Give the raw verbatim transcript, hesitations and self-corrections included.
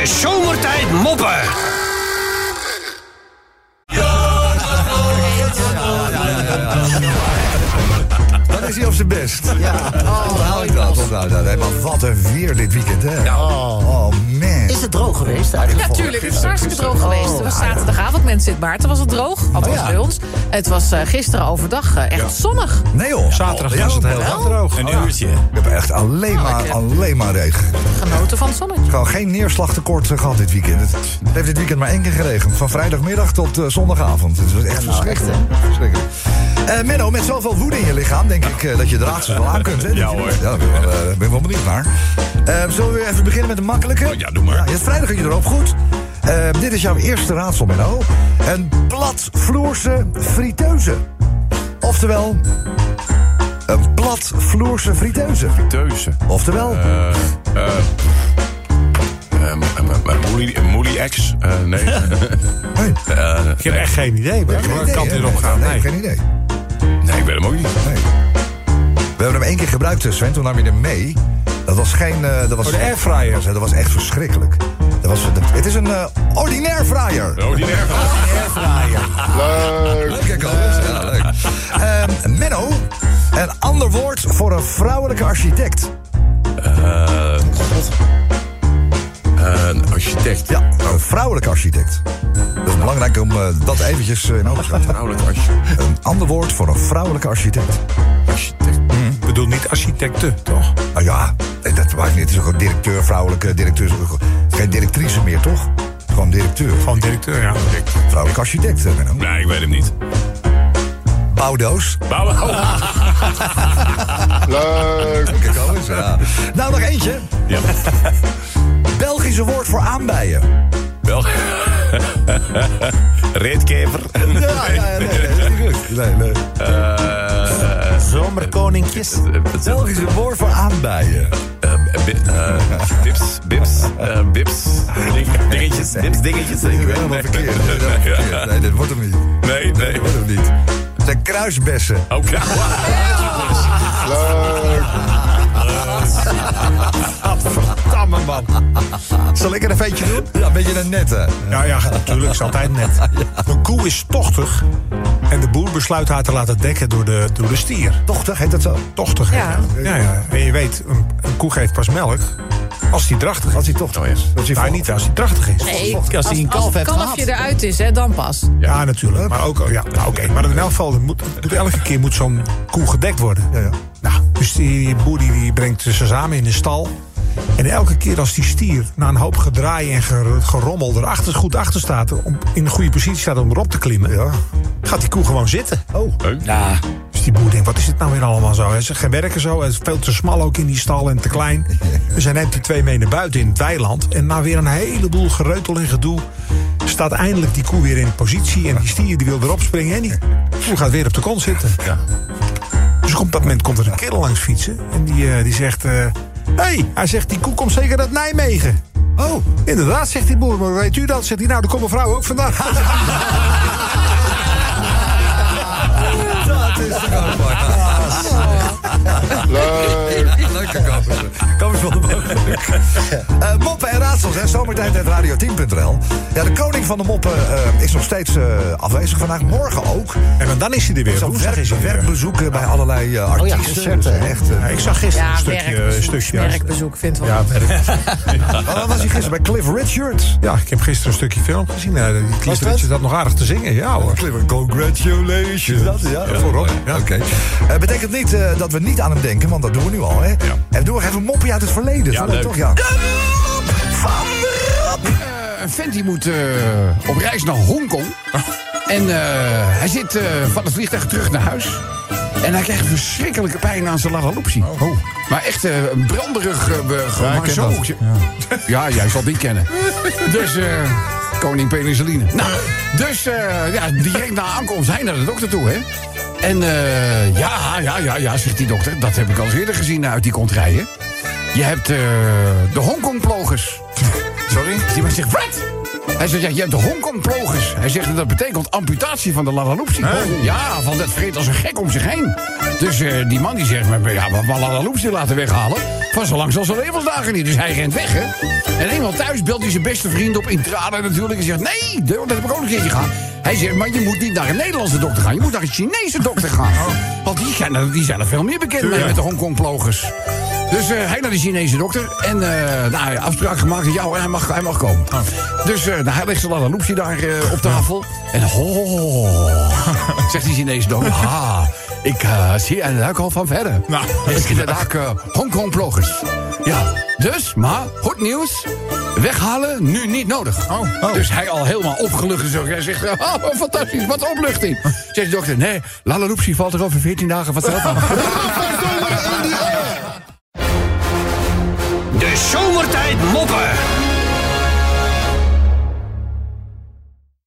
Zomertijd Moppen. Dan is hij op zijn best. Ja. Oh, onthoud ik dat. Onthoud dat. Hey, maar wat een weer dit weekend, hè? Oh, oh man. Is het droog geweest eigenlijk? Ja, tuurlijk. Het is hartstikke droog geweest. Het was zaterdagavond, mensen in maart, was het droog. Althans bij ons. Het was uh, gisteren overdag uh, echt ja. zonnig. Nee joh. Zaterdag was het heel erg droog. Een uurtje. Ik heb echt alleen maar, oh, alleen maar regen. Genoten van het zonnetje. Gewoon geen neerslagtekort gehad dit weekend. Het heeft dit weekend maar één keer geregend. Van vrijdagmiddag tot uh, zondagavond. Het was echt ja, verschrikkelijk. Nou, echt, verschrikkelijk. Uh, Menno, met zoveel woede in je lichaam denk ik uh, dat je de raadsels wel aan kunt. Hè? Ja hoor. Ja, daar ben ik wel, uh, ben ik wel benieuwd naar. Uh, zullen we even beginnen met de makkelijke? Oh, ja, doe maar. Ja, je hebt vrijdag je erop goed. Uh, dit is jouw eerste raadsel, Menno. Een platvloerse friteuse. Oftewel... Een platvloerse friteuse. Friteuse. Oftewel... Uh, uh, Een moelie-ex? Uh, nee. nee. Uh, ik heb echt geen idee. Welke Welke kant erop gaan? Nee, Nee. geen idee. nee, ik weet hem ook niet. Nee. We hebben hem één keer gebruikt, Sven. Toen nam je hem mee. Dat was geen... Uh, dat was, Oh, de airfryer. Dat was, dat was echt verschrikkelijk. Dat was, dat, het is een uh, ordinair fryer. Ordinair. Fryer. Leuk. Leuk, kijk al. Ja, leuk. Uh, Menno, een ander woord voor een vrouwelijke architect. Uh, Een architect. Ja, een vrouwelijke architect. Dat is belangrijk om uh, dat eventjes uh, in oog te zetten. Vrouwelijke architect. Een ander woord voor een vrouwelijke architect. Architect. Mm. Ik bedoel niet architecten, toch? Nou ja, dat maakt niet. Het is ook een directeur, vrouwelijke directeur. Geen directrice meer, toch? Gewoon directeur. Gewoon directeur, ja. Vrouwelijke architect, Menno. Nee, ik weet hem niet. Bouwdoos. Bouwen. Oh. Leuk. Kijk al eens, ja. Nou, nog eentje. Ja. Belgische woord voor aanbijen. Wel. Reetkever. Ja, ja, nee, nee, dat is niet goed. Nee, nee. Uh, Zomerkoninkjes. Belgische woord voor aanbijen. Uh, bi- uh, bips, bips, uh, bips, ding, dingetjes, bips, dingetjes. Ik weet helemaal verkeerd. Nee, dat is verkeerd. Nee, dit wordt hem niet. Nee, nee. Dat wordt hem niet. Het zijn kruisbessen. Ook ja. Leuk. Verdamme, man. Zal ik er een ventje doen? Ja, een beetje een nette. Ja, ja, natuurlijk. Is altijd net. Een koe is tochtig. En de boer besluit haar te laten dekken door de, door de stier. Tochtig, heet dat zo? Tochtig, hè? Ja. Ja, ja. En je weet, een, een koe geeft pas melk als die drachtig is. Als hij tochtig is. Dat is Maar niet als die drachtig is. Nee, Als hij een als kalf het heeft kalfje gehad. eruit is, hè, dan pas. Ja, natuurlijk. Maar ook, ja, nou, oké. Maar in elk geval, moet, moet, elke keer moet zo'n koe gedekt worden. Ja, ja. Nou, dus die boer die, die brengt ze samen in de stal. En elke keer als die stier na een hoop gedraai en ger- gerommel erachter goed achter staat, om, in een goede positie staat om erop te klimmen, Ja. gaat die koe gewoon zitten. Oh. Ja. Dus die boer denkt, wat is dit nou weer allemaal zo? Hij zegt, geen werken zo, het is veel te smal ook in die stal en te klein. Dus hij neemt die twee mee naar buiten in het weiland. En na weer een heleboel gereutel en gedoe staat eindelijk die koe weer in positie. En die stier die wil erop springen en die koe gaat weer op de kont zitten. Ja. Dus op dat moment komt er een kerel langs fietsen. En die, uh, die zegt, hé, uh, hey, hij zegt, die koe komt zeker uit Nijmegen. Oh, inderdaad, zegt die boer, maar weet u dat? Zegt hij, nou, daar komt mijn vrouw ook vandaan. Dat is toch ook mooi. Leuk. Leuke kappers. Kappers van de moppen. Uh, moppen en raadsels, hè. Zomertijd uit radio tien punt n l. Ja, de koning van de moppen uh, is nog steeds uh, afwezig vandaag. Morgen ook. En dan, dan is hij er weer. Zo'n Woensdag is werk, hij er weer. werkbezoeken bij allerlei uh, Oh ja, artiesten. concerten, Dus hè. echt, uh, Ja, ik zag gisteren Ja, een stukje. werkbezoek, Een stukje werkbezoek, vindt wel. Ja, werk. Wat was hij gisteren bij Cliff Richard? Ja, ik heb gisteren een stukje film gezien. Uh, die Cliff dat? Richard had nog aardig te zingen. Ja hoor. Cliff, congratulations. Dat, ja, Ja, voorop. Ja. Oké. Uh, betekent niet uh, dat we niet aan hem denken, want dat doen we nu al, hè? En we doen nog even een mopje uit het verleden. Ja, Zo leuk, leuk. toch? Ja. Uh, een vent die moet uh, op reis naar Hongkong. En uh, hij zit uh, van het vliegtuig terug naar huis. En hij krijgt verschrikkelijke pijn aan zijn lalaloopsie. Oh. Maar echt uh, een branderig. Uh, Ja, ik maar ken zo. dat. Ja. ja, jij zal die kennen. Dus, uh, koning penicilline. Nou, dus uh, ja, direct na aankomst hij naar de dokter toe, hè. En uh, ja, ja, ja, ja, zegt die dokter. Dat heb ik al eens eerder gezien uit die contraien. Je hebt uh, de Hongkong-plogers. Sorry? Die man zegt, wat? Hij zegt, ja, je hebt de Hongkong-plogers. Hij zegt, dat betekent amputatie van de lalaloopsie. Ja, van dat vreet als een gek om zich heen. Dus uh, die man die zegt, maar, ja, maar lalaloopsie laten weghalen. Van zo lang zal zijn levensdagen niet. Dus hij rent weg, hè. En eenmaal thuis belt hij zijn beste vriend op in tranen natuurlijk. En zegt, nee, dat heb ik ook een keertje gehad. Hij zegt, maar je moet niet naar een Nederlandse dokter gaan. Je moet naar een Chinese dokter gaan. Want die zijn er, die zijn er veel meer bekend mee met de Hongkong-plogers. Dus uh, hij naar de Chinese dokter. En uh, nou, ja, afspraak gemaakt. Ja, hij mag, hij mag komen. Oh. Dus uh, nou, hij legt zijn lalaloopsie daar uh, op tafel. En ho, zegt die Chinese dokter. Ha, ik uh, zie een luik al van verder. Nou, het is inderdaad uh, Hongkong-plogers. Ja, dus, maar, goed nieuws. Weghalen, nu niet nodig. Oh, oh. Dus hij al helemaal opgelucht. Zo. Hij zegt, oh, fantastisch, wat opluchting. Zegt de dokter, nee, lalaloopsie valt er over veertien dagen vanzelf af. De zomertijd moppen.